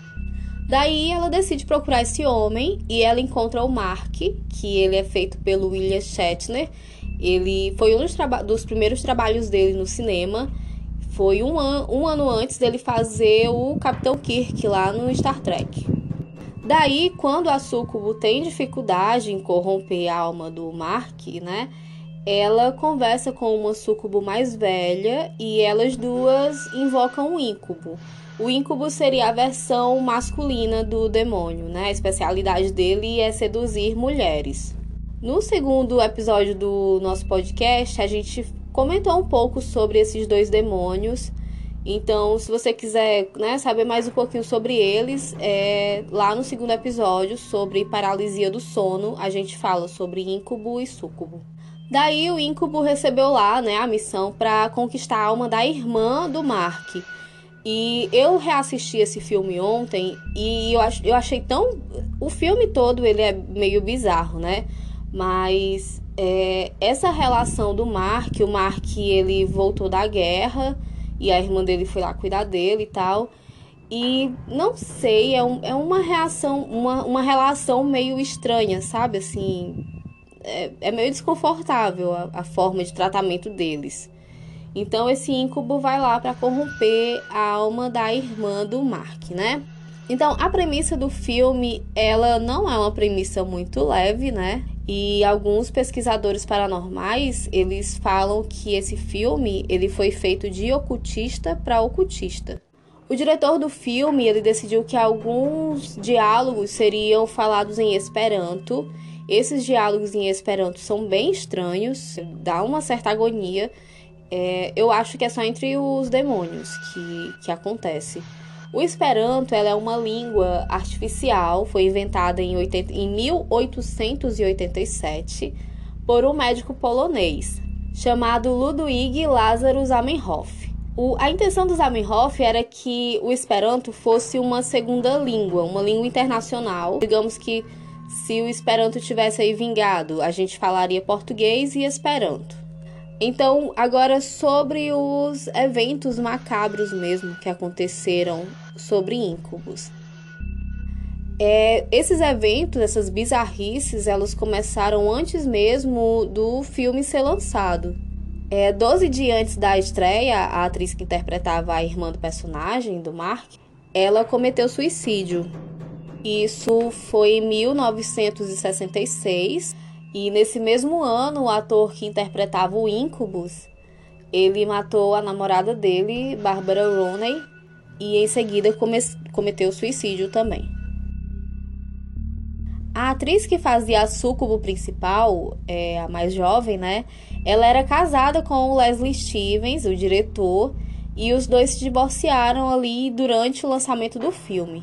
Daí ela decide procurar esse homem e ela encontra o Mark, que ele é feito pelo William Shatner. Ele foi um dos, traba- dos primeiros trabalhos dele no cinema. Foi um, an- um ano antes dele fazer o Capitão Kirk lá no Star Trek. Daí, quando a súcubo tem dificuldade em corromper a alma do Mark, né? Ela conversa com uma súcubo mais velha e elas duas invocam o Incubo. O Incubo seria a versão masculina do demônio, né? A especialidade dele é seduzir mulheres. No segundo episódio do nosso podcast, a gente comentou um pouco sobre esses dois demônios. Então, se você quiser, né, saber mais um pouquinho sobre eles, é, lá no segundo episódio, sobre paralisia do sono, a gente fala sobre Incubo e Súcubo. Daí o Incubo recebeu lá, né, a missão para conquistar a alma da irmã do Mark. E eu reassisti esse filme ontem e eu, ach, eu achei tão... O filme todo ele é meio bizarro, né? Mas é, essa relação do Mark, o Mark ele voltou da guerra e a irmã dele foi lá cuidar dele e tal. E não sei, é, um, é uma reação, uma, uma relação meio estranha, sabe? Assim, é, é meio desconfortável a, a forma de tratamento deles. Então esse Incubo vai lá para corromper a alma da irmã do Mark, né? Então a premissa do filme, ela não é uma premissa muito leve, né? E alguns pesquisadores paranormais, eles falam que esse filme, ele foi feito de ocultista para ocultista. O diretor do filme, ele decidiu que alguns diálogos seriam falados em Esperanto. Esses diálogos em Esperanto são bem estranhos, dá uma certa agonia. É, eu acho que é só entre os demônios que, que acontece. O Esperanto, ela é uma língua artificial, foi inventada em, oitenta, em mil oitocentos e oitenta e sete por um médico polonês chamado Ludwig Lazarus Zamenhof. O, a intenção do Zamenhof era que o Esperanto fosse uma segunda língua, uma língua internacional. Digamos que se o Esperanto tivesse aí vingado, a gente falaria português e Esperanto. Então, agora sobre os eventos macabros mesmo que aconteceram sobre Incubus. É, esses eventos, essas bizarrices, elas começaram antes mesmo do filme ser lançado. É, doze dias antes da estreia, a atriz que interpretava a irmã do personagem, do Mark, ela cometeu suicídio. Isso foi em mil novecentos e sessenta e seis. E nesse mesmo ano, o ator que interpretava o Incubus, ele matou a namorada dele, Barbara Rooney, e em seguida come- cometeu suicídio também. A atriz que fazia a súcubo principal, é, a mais jovem, né? Ela era casada com o Leslie Stevens, o diretor, e os dois se divorciaram ali durante o lançamento do filme.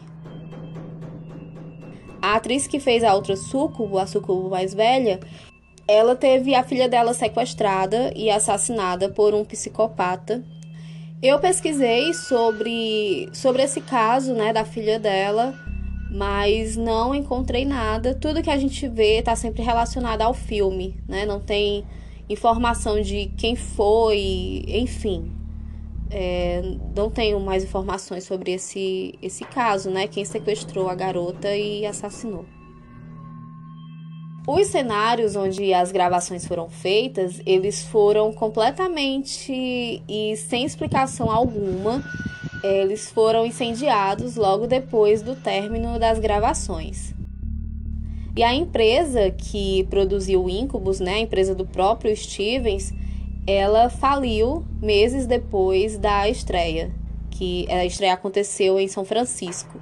A atriz que fez a outra súcubo, a súcubo mais velha, ela teve a filha dela sequestrada e assassinada por um psicopata. Eu pesquisei sobre, sobre esse caso, né, da filha dela, mas não encontrei nada. Tudo que a gente vê está sempre relacionado ao filme, né? Não tem informação de quem foi, enfim. É, não tenho mais informações sobre esse, esse caso, né? Quem sequestrou a garota e assassinou. Os cenários onde as gravações foram feitas, eles foram completamente e sem explicação alguma, eles foram incendiados logo depois do término das gravações. E a empresa que produziu o Incubus, né, a empresa do próprio Stevens, ela faliu meses depois da estreia, que a estreia aconteceu em São Francisco.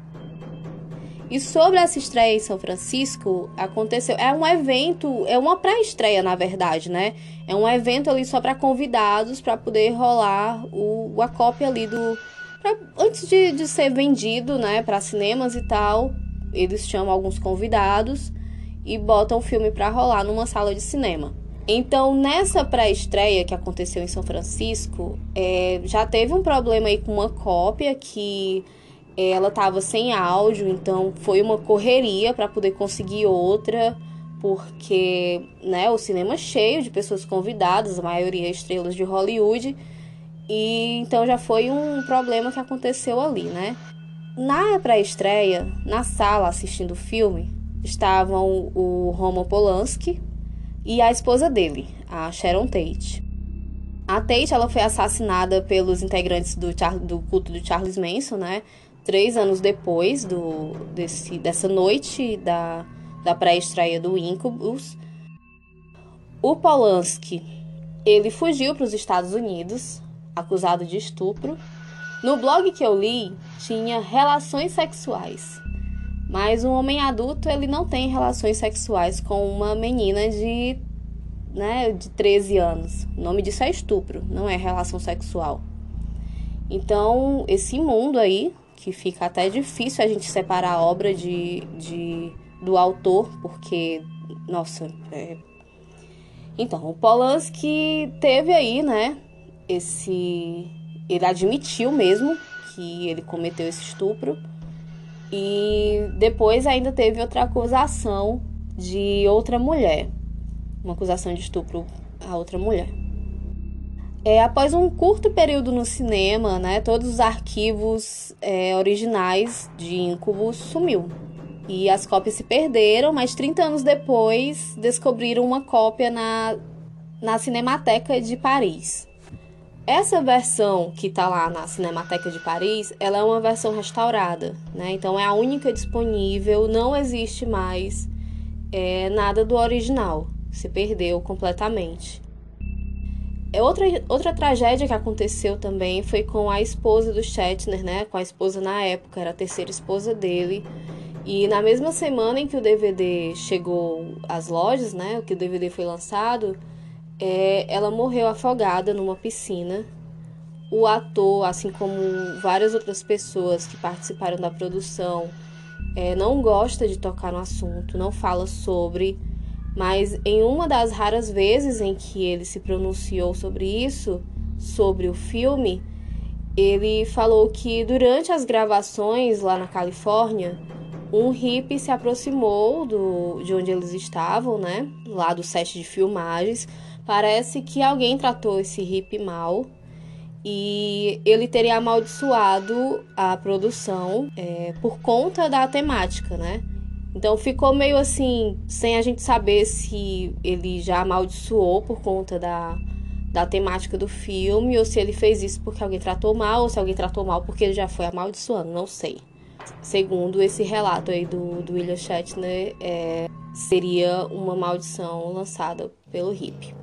E sobre essa estreia em São Francisco, aconteceu, é um evento, é uma pré-estreia, na verdade, né? É um evento ali só para convidados, para poder rolar o, a cópia ali do... Pra, antes de, de ser vendido, né, para cinemas e tal, eles chamam alguns convidados e botam o filme para rolar numa sala de cinema. Então, nessa pré-estreia que aconteceu em São Francisco, é, já teve um problema aí com uma cópia que... ela estava sem áudio, então foi uma correria para poder conseguir outra, porque, né, o cinema cheio de pessoas convidadas, a maioria estrelas de Hollywood, e então já foi um problema que aconteceu ali, né? Na pré-estreia, na sala assistindo o filme, estavam o Roman Polanski e a esposa dele, a Sharon Tate. A Tate, ela foi assassinada pelos integrantes do, Char- do culto do Charles Manson, né? Três anos depois do, desse, dessa noite da, da pré-estreia do Incubus. O Polanski, ele fugiu para os Estados Unidos, acusado de estupro. No blog que eu li, tinha relações sexuais. Mas um homem adulto, ele não tem relações sexuais com uma menina de, né, de treze anos. O nome disso é estupro, não é relação sexual. Então, esse mundo aí, que fica até difícil a gente separar a obra de, de, do autor, porque, nossa... É... Então, o Polanski teve aí, né, esse... Ele admitiu mesmo que ele cometeu esse estupro e depois ainda teve outra acusação de outra mulher, uma acusação de estupro a outra mulher. É, após um curto período no cinema, né, todos os arquivos é, originais de Incubus sumiu. E as cópias se perderam, mas trinta anos depois descobriram uma cópia na, na Cinemateca de Paris. Essa versão que está lá na Cinemateca de Paris, ela é uma versão restaurada, né? Então é a única disponível, não existe mais é, nada do original, se perdeu completamente. Outra, outra tragédia que aconteceu também foi com a esposa do Shatner, né? Com a esposa na época, era a terceira esposa dele. E na mesma semana em que o D V D chegou às lojas, né? Que o D V D foi lançado, é, ela morreu afogada numa piscina. O ator, assim como várias outras pessoas que participaram da produção, é, não gosta de tocar no assunto, não fala sobre... Mas em uma das raras vezes em que ele se pronunciou sobre isso, sobre o filme, ele falou que durante as gravações lá na Califórnia, um hippie se aproximou do, de onde eles estavam, né? Lá do set de filmagens. Parece que alguém tratou esse hippie mal e ele teria amaldiçoado a produção é, por conta da temática, né? Então ficou meio assim, sem a gente saber se ele já amaldiçoou por conta da, da temática do filme, ou se ele fez isso porque alguém tratou mal, ou se alguém tratou mal porque ele já foi amaldiçoando, não sei. Segundo esse relato aí do, do William Shatner, é, seria uma maldição lançada pelo hippie.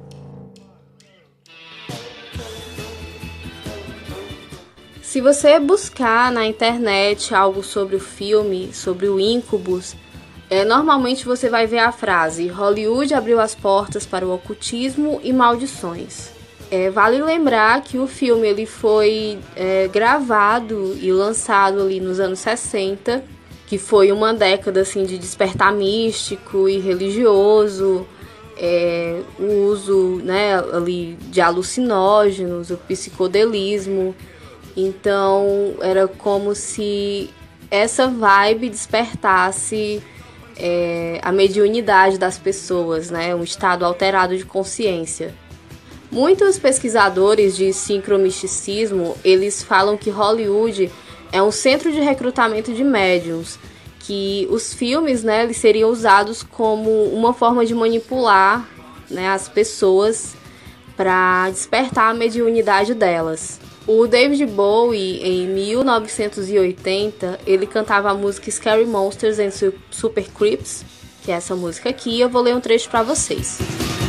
Se você buscar na internet algo sobre o filme, sobre o Incubus, É, normalmente você vai ver a frase: Hollywood abriu as portas para o ocultismo e maldições. É, vale lembrar que o filme ele foi é, gravado e lançado ali nos anos sessenta, que foi uma década assim, de despertar místico e religioso, é, o uso, né, ali de alucinógenos, o psicodelismo. Então era como se essa vibe despertasse é, a mediunidade das pessoas, né, um estado alterado de consciência. Muitos pesquisadores de sincromisticismo, eles falam que Hollywood é um centro de recrutamento de médiums, que os filmes, né, eles seriam usados como uma forma de manipular, né, as pessoas para despertar a mediunidade delas. O David Bowie, em mil novecentos e oitenta, ele cantava a música Scary Monsters and Super Creeps, que é essa música aqui. Eu vou ler um trecho para vocês.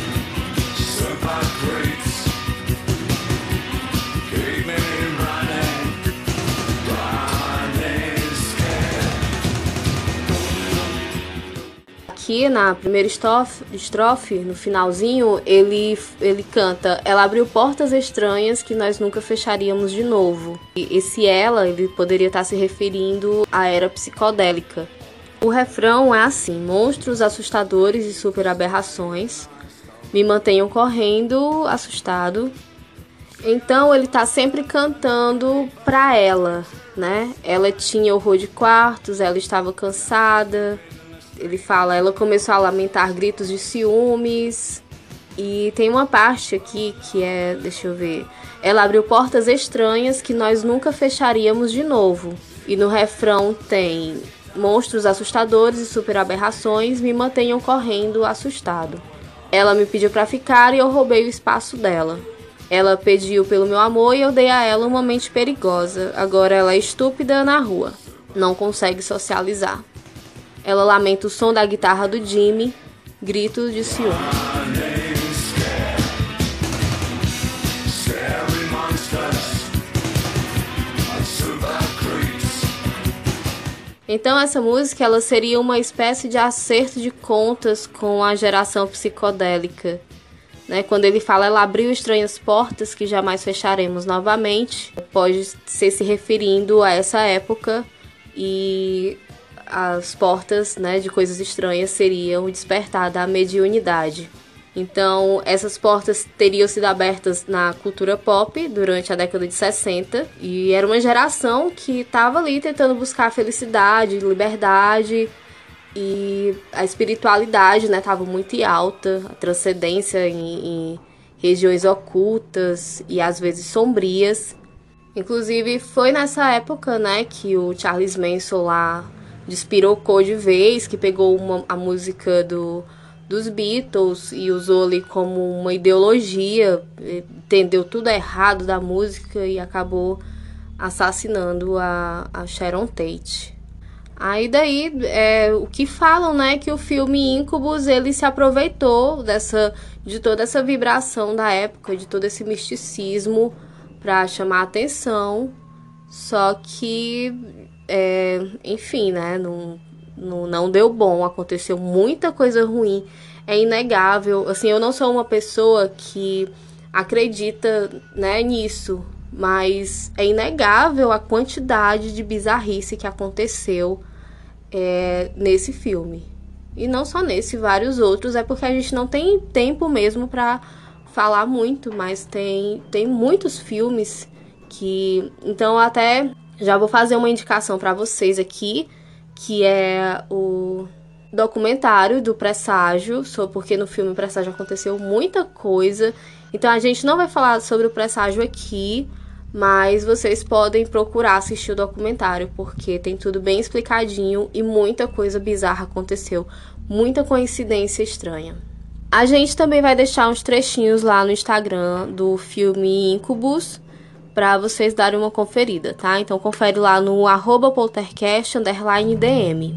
Aqui na primeira estrofe, estrofe, no finalzinho, ele, ele canta: ela abriu portas estranhas que nós nunca fecharíamos de novo. E esse ela, ele poderia estar se referindo à era psicodélica. O refrão é assim: monstros assustadores e super aberrações me mantenham correndo, assustado. Então ele tá sempre cantando pra ela, né? Ela tinha horror de quartos, ela estava cansada. Ele fala, ela começou a lamentar gritos de ciúmes. E tem uma parte aqui que é, deixa eu ver, ela abriu portas estranhas que nós nunca fecharíamos de novo. E no refrão tem: monstros assustadores e super aberrações me mantenham correndo, assustado. Ela me pediu pra ficar e eu roubei o espaço dela. Ela pediu pelo meu amor e eu dei a ela uma mente perigosa. Agora ela é estúpida na rua, não consegue socializar. Ela lamenta o som da guitarra do Jimmy, gritos de ciúme. Então essa música ela seria uma espécie de acerto de contas com a geração psicodélica. Né? Quando ele fala, ela abriu estranhas portas que jamais fecharemos novamente, pode ser se referindo a essa época, e as portas, né, de coisas estranhas seriam o despertar da mediunidade. Então, essas portas teriam sido abertas na cultura pop durante a década de sessenta, e era uma geração que estava ali tentando buscar a felicidade, liberdade, e a espiritualidade, né, estava muito em alta, a transcendência em, em regiões ocultas e às vezes sombrias. Inclusive, foi nessa época, né, que o Charles Manson lá despirocou de vez, que pegou uma, a música do, dos Beatles e usou ali como uma ideologia, entendeu tudo errado da música e acabou assassinando a, a Sharon Tate. Aí daí, é, o que falam, né, que o filme Incubus, ele se aproveitou dessa, de toda essa vibração da época, de todo esse misticismo para chamar a atenção, só que É, enfim, né, não, não, não deu bom, aconteceu muita coisa ruim, é inegável, assim, eu não sou uma pessoa que acredita, né, nisso, mas é inegável a quantidade de bizarrice que aconteceu é, nesse filme, e não só nesse, vários outros, é porque a gente não tem tempo mesmo para falar muito, mas tem, tem muitos filmes que, então até já vou fazer uma indicação para vocês aqui, que é o documentário do Presságio, porque no filme Presságio aconteceu muita coisa. Então a gente não vai falar sobre o Presságio aqui, mas vocês podem procurar assistir o documentário, porque tem tudo bem explicadinho e muita coisa bizarra aconteceu, muita coincidência estranha. A gente também vai deixar uns trechinhos lá no Instagram do filme Incubus, para vocês darem uma conferida, tá? Então confere lá no arroba poltercast underline dm.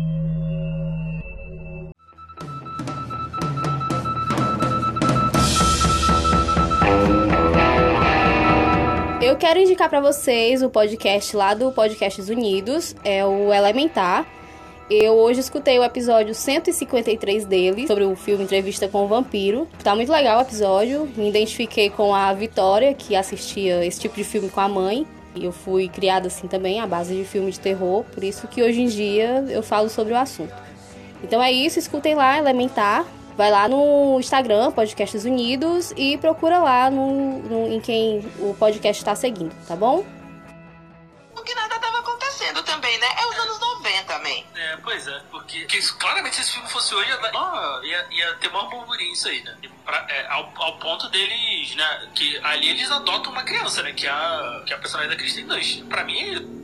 Eu quero indicar para vocês o podcast lá do Podcasts Unidos, é o Elementar. Eu hoje escutei o episódio cento e cinquenta e três dele, sobre o filme Entrevista com o Vampiro. Tá muito legal o episódio. Me identifiquei com a Vitória, que assistia esse tipo de filme com a mãe. E eu fui criada assim também, à base de filme de terror. Por isso que hoje em dia eu falo sobre o assunto. Então é isso, escutem lá, Elementar. Vai lá no Instagram, Podcasts Unidos, e procura lá no, no, em quem o podcast está seguindo, tá bom? Porque nada estava acontecendo também, né? É os anos noventa, também. É, pois é, porque, porque isso, claramente se esse filme fosse hoje, ia, oh, ia, ia ter maior burburinho isso aí, né? Pra, é, ao, ao ponto deles, né? Que ali eles adotam uma criança, né? Que é a, que é a personagem da Kristen Dunst. Pra mim...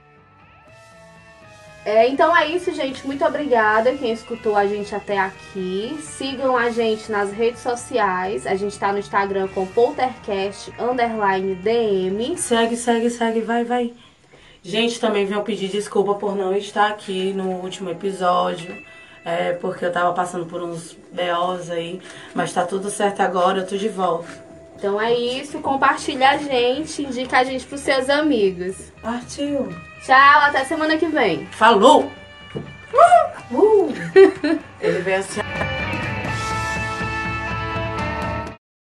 É, então é isso, gente. Muito obrigada quem escutou a gente até aqui. Sigam a gente nas redes sociais. A gente tá no Instagram com poltercast underline D M. Segue, segue, segue, vai, vai. Gente, também venho pedir desculpa por não estar aqui no último episódio. É, porque eu tava passando por uns B Os aí. Mas tá tudo certo agora, eu tô de volta. Então é isso. Compartilha a gente, indica a gente pros seus amigos. Partiu. Tchau, até semana que vem. Falou! Uh! Uh! Ele veio assim...